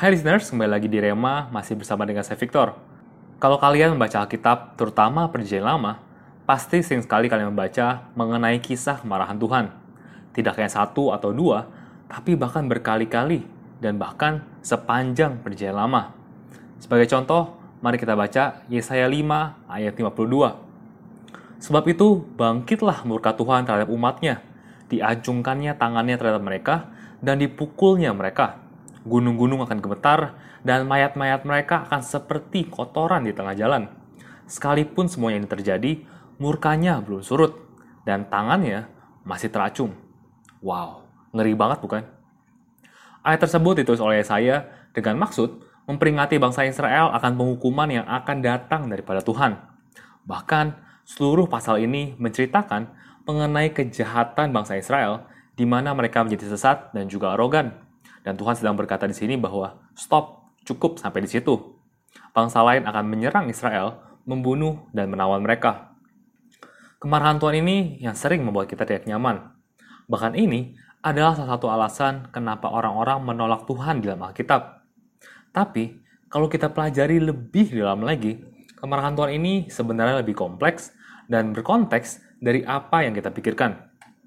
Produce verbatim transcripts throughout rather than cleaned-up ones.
Hai listeners, kembali lagi di Rema, masih bersama dengan saya Victor. Kalau kalian membaca Alkitab, terutama Perjanjian Lama, pasti sering sekali kalian membaca mengenai kisah kemarahan Tuhan. Tidak hanya satu atau dua, tapi bahkan berkali-kali, dan bahkan sepanjang Perjanjian Lama. Sebagai contoh, mari kita baca Yesaya lima ayat lima puluh dua. Sebab itu, bangkitlah murka Tuhan terhadap umatnya, diacungkannya tangannya terhadap mereka, dan dipukulnya mereka. Gunung-gunung akan gemetar, dan mayat-mayat mereka akan seperti kotoran di tengah jalan. Sekalipun semuanya ini terjadi, murkanya belum surut, dan tangannya masih teracung. Wow, ngeri banget bukan? Ayat tersebut ditulis oleh saya dengan maksud memperingati bangsa Israel akan penghukuman yang akan datang daripada Tuhan. Bahkan, seluruh pasal ini menceritakan mengenai kejahatan bangsa Israel, di mana mereka menjadi sesat dan juga arogan. Dan Tuhan sedang berkata di sini bahwa stop, cukup sampai di situ. Bangsa lain akan menyerang Israel, membunuh dan menawan mereka. Kemarahan Tuhan ini yang sering membuat kita tidak nyaman. Bahkan ini adalah salah satu alasan kenapa orang-orang menolak Tuhan di dalam Alkitab. Tapi, kalau kita pelajari lebih dalam lagi, kemarahan Tuhan ini sebenarnya lebih kompleks dan berkonteks dari apa yang kita pikirkan.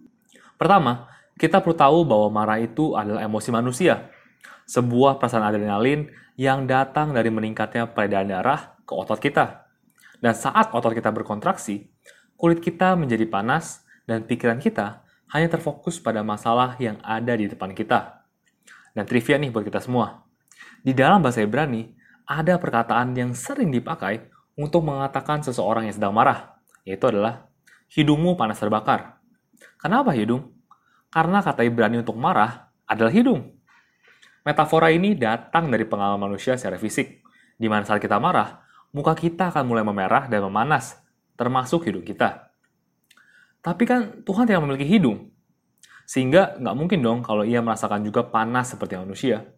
Pertama, kita perlu tahu bahwa marah itu adalah emosi manusia, sebuah perasaan adrenalin yang datang dari meningkatnya peredaran darah ke otot kita. Dan saat otot kita berkontraksi, kulit kita menjadi panas dan pikiran kita hanya terfokus pada masalah yang ada di depan kita. Dan trivia nih buat kita semua. Di dalam bahasa Ibrani, ada perkataan yang sering dipakai untuk mengatakan seseorang yang sedang marah, yaitu adalah hidungmu panas terbakar. Kenapa hidung? Karena kata Ibrani untuk marah adalah hidung. Metafora ini datang dari pengalaman manusia secara fisik, di mana saat kita marah, muka kita akan mulai memerah dan memanas, termasuk hidung kita. Tapi kan Tuhan tidak memiliki hidung, sehingga nggak mungkin dong kalau ia merasakan juga panas seperti manusia.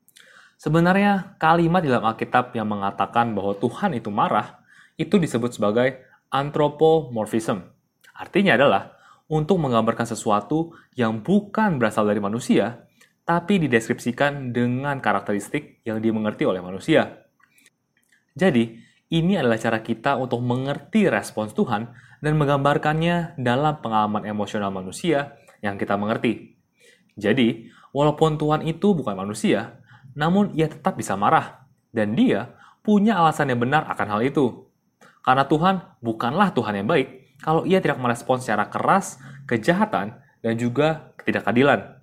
Sebenarnya kalimat di dalam Alkitab yang mengatakan bahwa Tuhan itu marah, itu disebut sebagai anthropomorphism. Artinya adalah untuk menggambarkan sesuatu yang bukan berasal dari manusia, tapi dideskripsikan dengan karakteristik yang dimengerti oleh manusia. Jadi, ini adalah cara kita untuk mengerti respons Tuhan dan menggambarkannya dalam pengalaman emosional manusia yang kita mengerti. Jadi, walaupun Tuhan itu bukan manusia, namun ia tetap bisa marah, dan dia punya alasan yang benar akan hal itu. Karena Tuhan bukanlah Tuhan yang baik kalau ia tidak merespons secara keras, kejahatan, dan juga ketidakadilan.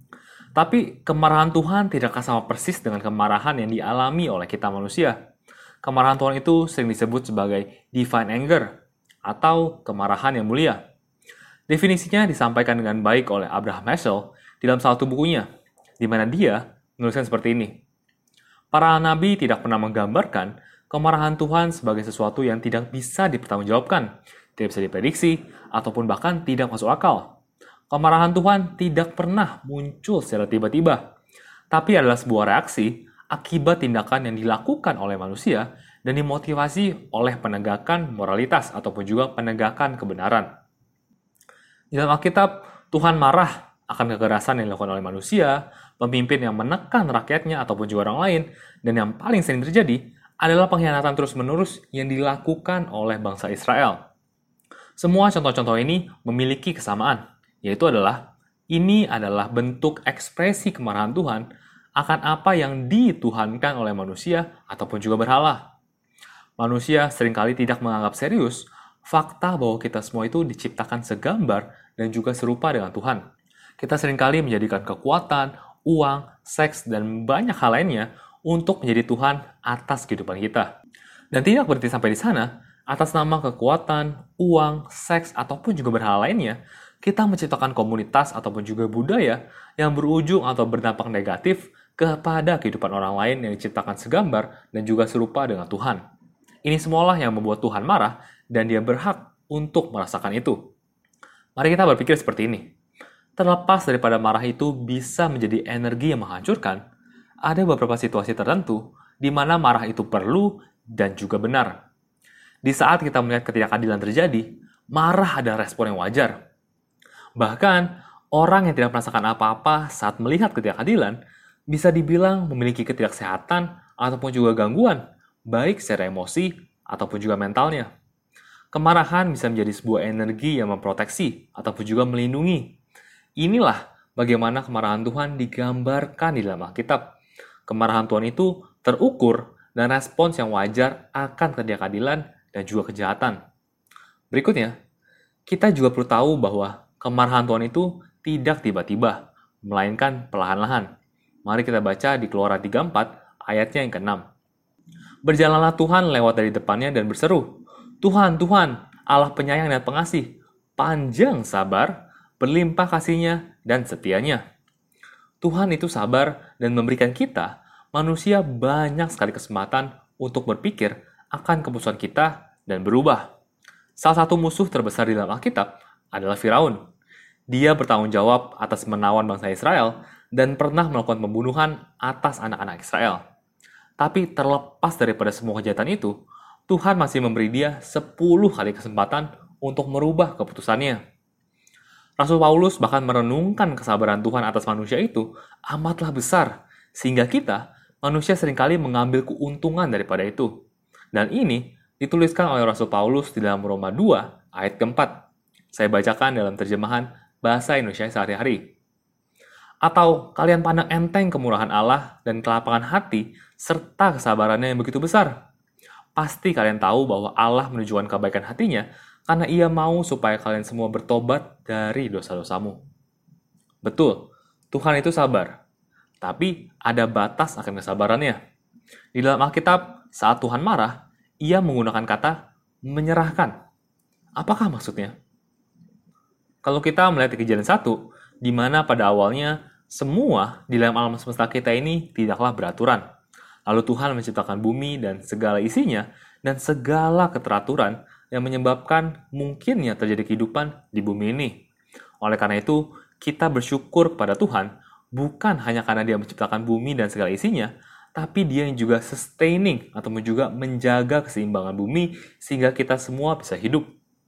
Tapi kemarahan Tuhan tidaklah sama persis dengan kemarahan yang dialami oleh kita manusia. Kemarahan Tuhan itu sering disebut sebagai divine anger, atau kemarahan yang mulia. Definisinya disampaikan dengan baik oleh Abraham Heschel di dalam satu bukunya, di mana dia menuliskan seperti ini. Para nabi tidak pernah menggambarkan kemarahan Tuhan sebagai sesuatu yang tidak bisa dipertanggungjawabkan, tidak bisa diprediksi, ataupun bahkan tidak masuk akal. Kemarahan Tuhan tidak pernah muncul secara tiba-tiba, tapi adalah sebuah reaksi akibat tindakan yang dilakukan oleh manusia dan dimotivasi oleh penegakan moralitas ataupun juga penegakan kebenaran. Di dalam Alkitab, Tuhan marah akan kekerasan yang dilakukan oleh manusia, pemimpin yang menekan rakyatnya ataupun juga orang lain, dan yang paling sering terjadi adalah pengkhianatan terus-menerus yang dilakukan oleh bangsa Israel. Semua contoh-contoh ini memiliki kesamaan, yaitu adalah ini adalah bentuk ekspresi kemarahan Tuhan akan apa yang dituhankan oleh manusia ataupun juga berhala. Manusia seringkali tidak menganggap serius fakta bahwa kita semua itu diciptakan segambar dan juga serupa dengan Tuhan. Kita seringkali menjadikan kekuatan, uang, seks, dan banyak hal lainnya untuk menjadi Tuhan atas kehidupan kita. Dan tidak berhenti sampai di sana, atas nama kekuatan, uang, seks, ataupun juga berhala lainnya, kita menciptakan komunitas ataupun juga budaya yang berujung atau berdampak negatif kepada kehidupan orang lain yang diciptakan segambar dan juga serupa dengan Tuhan. Ini semualah yang membuat Tuhan marah dan dia berhak untuk merasakan itu. Mari kita berpikir seperti ini. Terlepas daripada marah itu bisa menjadi energi yang menghancurkan, ada beberapa situasi tertentu di mana marah itu perlu dan juga benar. Di saat kita melihat ketidakadilan terjadi, marah adalah respon yang wajar. Bahkan, orang yang tidak merasakan apa-apa saat melihat ketidakadilan bisa dibilang memiliki ketidaksehatan ataupun juga gangguan, baik secara emosi ataupun juga mentalnya. Kemarahan bisa menjadi sebuah energi yang memproteksi ataupun juga melindungi. Inilah bagaimana kemarahan Tuhan digambarkan di dalam Alkitab. Kemarahan Tuhan itu terukur dan respons yang wajar akan ketidakadilan dan juga kejahatan. Berikutnya, kita juga perlu tahu bahwa kemarahan Tuhan itu tidak tiba-tiba, melainkan perlahan-lahan. Mari kita baca di Keluaran tiga puluh empat ayatnya yang keenam. Berjalanlah Tuhan lewat dari depannya dan berseru, Tuhan, Tuhan, Allah penyayang dan pengasih, panjang sabar, berlimpah kasihnya dan setianya. Tuhan itu sabar dan memberikan kita, manusia, banyak sekali kesempatan untuk berpikir akan keputusan kita dan berubah. Salah satu musuh terbesar di dalam Alkitab adalah Firaun. Dia bertanggung jawab atas menawan bangsa Israel dan pernah melakukan pembunuhan atas anak-anak Israel. Tapi terlepas daripada semua kejahatan itu, Tuhan masih memberi dia sepuluh kali kesempatan untuk merubah keputusannya. Rasul Paulus bahkan merenungkan kesabaran Tuhan atas manusia itu amatlah besar, sehingga kita, manusia seringkali mengambil keuntungan daripada itu. Dan ini dituliskan oleh Rasul Paulus di dalam Roma dua ayat keempat. Saya bacakan dalam terjemahan Bahasa Indonesia sehari-hari. Atau kalian pandang enteng kemurahan Allah dan kelapangan hati serta kesabarannya yang begitu besar. Pasti kalian tahu bahwa Allah menunjukkan kebaikan hatinya karena ia mau supaya kalian semua bertobat dari dosa-dosamu. Betul, Tuhan itu sabar. Tapi ada batas akan kesabarannya. Di dalam Alkitab, saat Tuhan marah, ia menggunakan kata menyerahkan. Apakah maksudnya? Kalau kita melihat di Kejadian satu, di mana pada awalnya semua di dalam alam semesta kita ini tidaklah beraturan. Lalu Tuhan menciptakan bumi dan segala isinya, dan segala keteraturan yang menyebabkan mungkinnya terjadi kehidupan di bumi ini. Oleh karena itu, kita bersyukur kepada Tuhan, bukan hanya karena Dia menciptakan bumi dan segala isinya, tapi Dia yang juga sustaining atau juga menjaga keseimbangan bumi sehingga kita semua bisa hidup.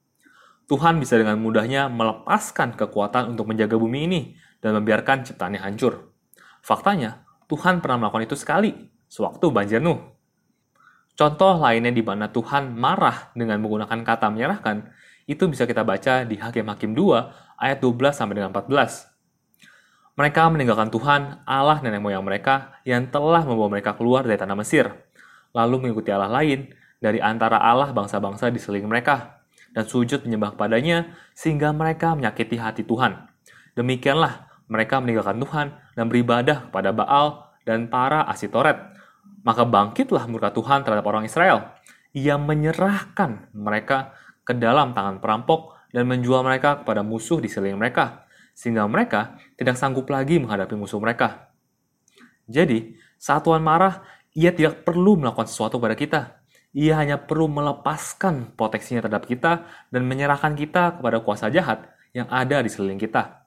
Tuhan bisa dengan mudahnya melepaskan kekuatan untuk menjaga bumi ini dan membiarkan ciptaannya hancur. Faktanya, Tuhan pernah melakukan itu sekali, sewaktu banjir Nuh. Contoh lainnya di mana Tuhan marah dengan menggunakan kata menyerahkan, itu bisa kita baca di Hakim-Hakim dua ayat dua belas sampai dengan empat belas. Mereka meninggalkan Tuhan, Allah nenek moyang mereka yang telah membawa mereka keluar dari tanah Mesir, lalu mengikuti Allah lain dari antara Allah bangsa-bangsa di sekeliling mereka, dan sujud menyembah kepadanya sehingga mereka menyakiti hati Tuhan. Demikianlah mereka meninggalkan Tuhan dan beribadah kepada Baal dan para Asitoret. Maka bangkitlah murka Tuhan terhadap orang Israel. Ia menyerahkan mereka ke dalam tangan perampok dan menjual mereka kepada musuh di sekeliling mereka, sehingga mereka tidak sanggup lagi menghadapi musuh mereka. Jadi, saat Tuhan marah, ia tidak perlu melakukan sesuatu pada kita. Ia hanya perlu melepaskan proteksinya terhadap kita dan menyerahkan kita kepada kuasa jahat yang ada di sekeliling kita.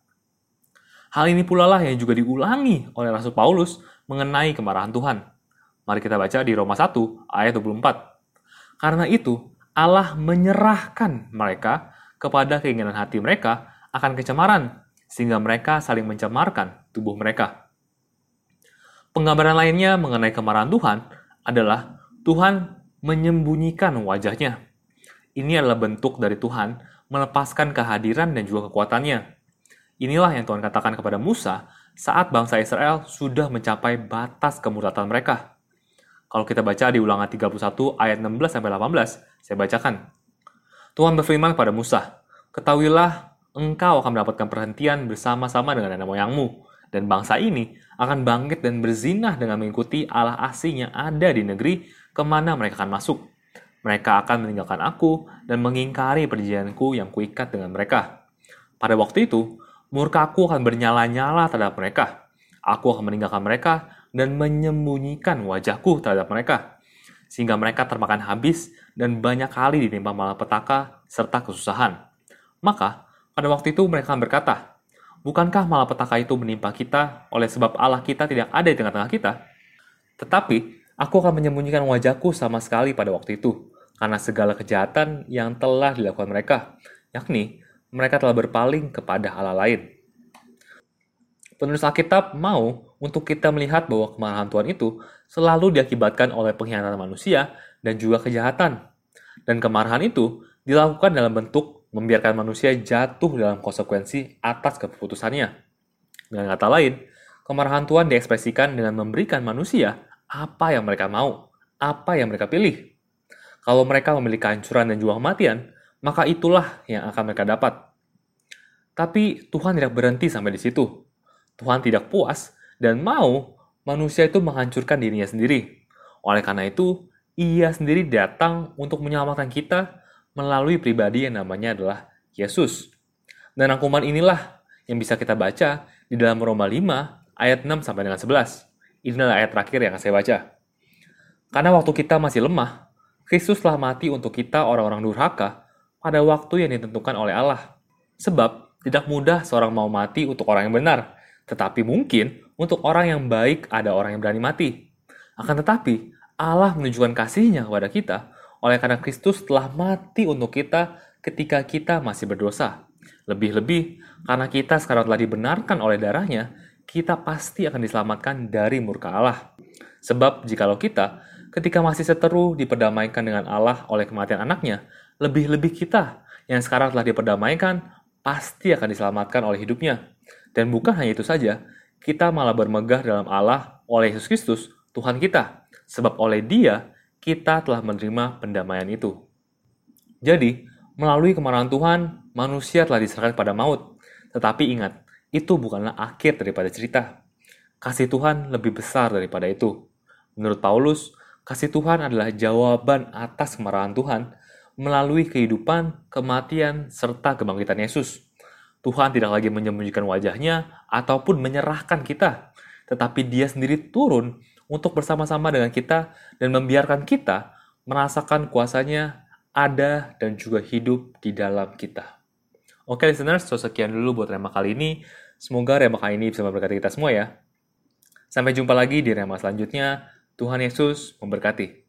Hal ini pula lah yang juga diulangi oleh Rasul Paulus mengenai kemarahan Tuhan. Mari kita baca di Roma satu ayat dua puluh empat. Karena itu, Allah menyerahkan mereka kepada keinginan hati mereka akan kecemaran, sehingga mereka saling mencemarkan tubuh mereka. Penggambaran lainnya mengenai kemarahan Tuhan adalah Tuhan menyembunyikan wajahnya. Ini adalah bentuk dari Tuhan melepaskan kehadiran dan juga kekuatannya. Inilah yang Tuhan katakan kepada Musa saat bangsa Israel sudah mencapai batas kemurtatan mereka. Kalau kita baca di Ulangan tiga puluh satu ayat enam belas sampai delapan belas, saya bacakan. Tuhan berfirman kepada Musa, "Ketahuilah, engkau akan mendapatkan perhentian bersama-sama dengan nenek moyangmu, dan bangsa ini akan bangkit dan berzinah dengan mengikuti Allah asing yang ada di negeri kemana mereka akan masuk. Mereka akan meninggalkan aku dan mengingkari perjanjianku yang kuikat dengan mereka. Pada waktu itu, murkaku akan bernyala-nyala terhadap mereka. Aku akan meninggalkan mereka dan menyembunyikan wajahku terhadap mereka, sehingga mereka termakan habis dan banyak kali ditimpa malapetaka serta kesusahan. Maka, pada waktu itu mereka akan berkata, bukankah malapetaka itu menimpa kita oleh sebab Allah kita tidak ada di tengah-tengah kita? Tetapi, aku akan menyembunyikan wajahku sama sekali pada waktu itu, karena segala kejahatan yang telah dilakukan mereka, yakni mereka telah berpaling kepada Allah lain." Penulis Alkitab mau untuk kita melihat bahwa kemarahan Tuhan itu selalu diakibatkan oleh pengkhianatan manusia dan juga kejahatan. Dan kemarahan itu dilakukan dalam bentuk membiarkan manusia jatuh dalam konsekuensi atas keputusannya. Dengan kata lain, kemarahan Tuhan diekspresikan dengan memberikan manusia apa yang mereka mau, apa yang mereka pilih. Kalau mereka memilih kehancuran dan juga kematian, maka itulah yang akan mereka dapat. Tapi Tuhan tidak berhenti sampai di situ. Tuhan tidak puas dan mau manusia itu menghancurkan dirinya sendiri. Oleh karena itu, Ia sendiri datang untuk menyelamatkan kita melalui pribadi yang namanya adalah Yesus. Dan rangkuman inilah yang bisa kita baca di dalam Roma lima ayat enam sampai dengan sebelas. Inilah ayat terakhir yang saya baca. Karena waktu kita masih lemah, Kristus telah mati untuk kita orang-orang durhaka pada waktu yang ditentukan oleh Allah. Sebab tidak mudah seorang mau mati untuk orang yang benar, tetapi mungkin untuk orang yang baik ada orang yang berani mati. Akan tetapi, Allah menunjukkan kasih-Nya kepada kita oleh karena Kristus telah mati untuk kita ketika kita masih berdosa. Lebih-lebih, karena kita sekarang telah dibenarkan oleh darah-Nya, kita pasti akan diselamatkan dari murka Allah. Sebab jikalau kita, ketika masih seteru diperdamaikan dengan Allah oleh kematian anaknya, lebih-lebih kita yang sekarang telah diperdamaikan, pasti akan diselamatkan oleh hidupnya. Dan bukan hanya itu saja, kita malah bermegah dalam Allah oleh Yesus Kristus, Tuhan kita. Sebab oleh Dia, kita telah menerima pendamaian itu. Jadi, melalui kemarahan Tuhan, manusia telah diserahkan pada maut. Tetapi ingat, itu bukanlah akhir daripada cerita. Kasih Tuhan lebih besar daripada itu. Menurut Paulus, kasih Tuhan adalah jawaban atas kemarahan Tuhan melalui kehidupan, kematian, serta kebangkitan Yesus. Tuhan tidak lagi menyembunyikan wajah-Nya ataupun menyerahkan kita, tetapi Dia sendiri turun untuk bersama-sama dengan kita dan membiarkan kita merasakan kuasa-Nya ada dan juga hidup di dalam kita. Oke listeners, so sekian dulu buat Rema kali ini. Semoga Rema kali ini bisa memberkati kita semua ya. Sampai jumpa lagi di Rema selanjutnya. Tuhan Yesus memberkati.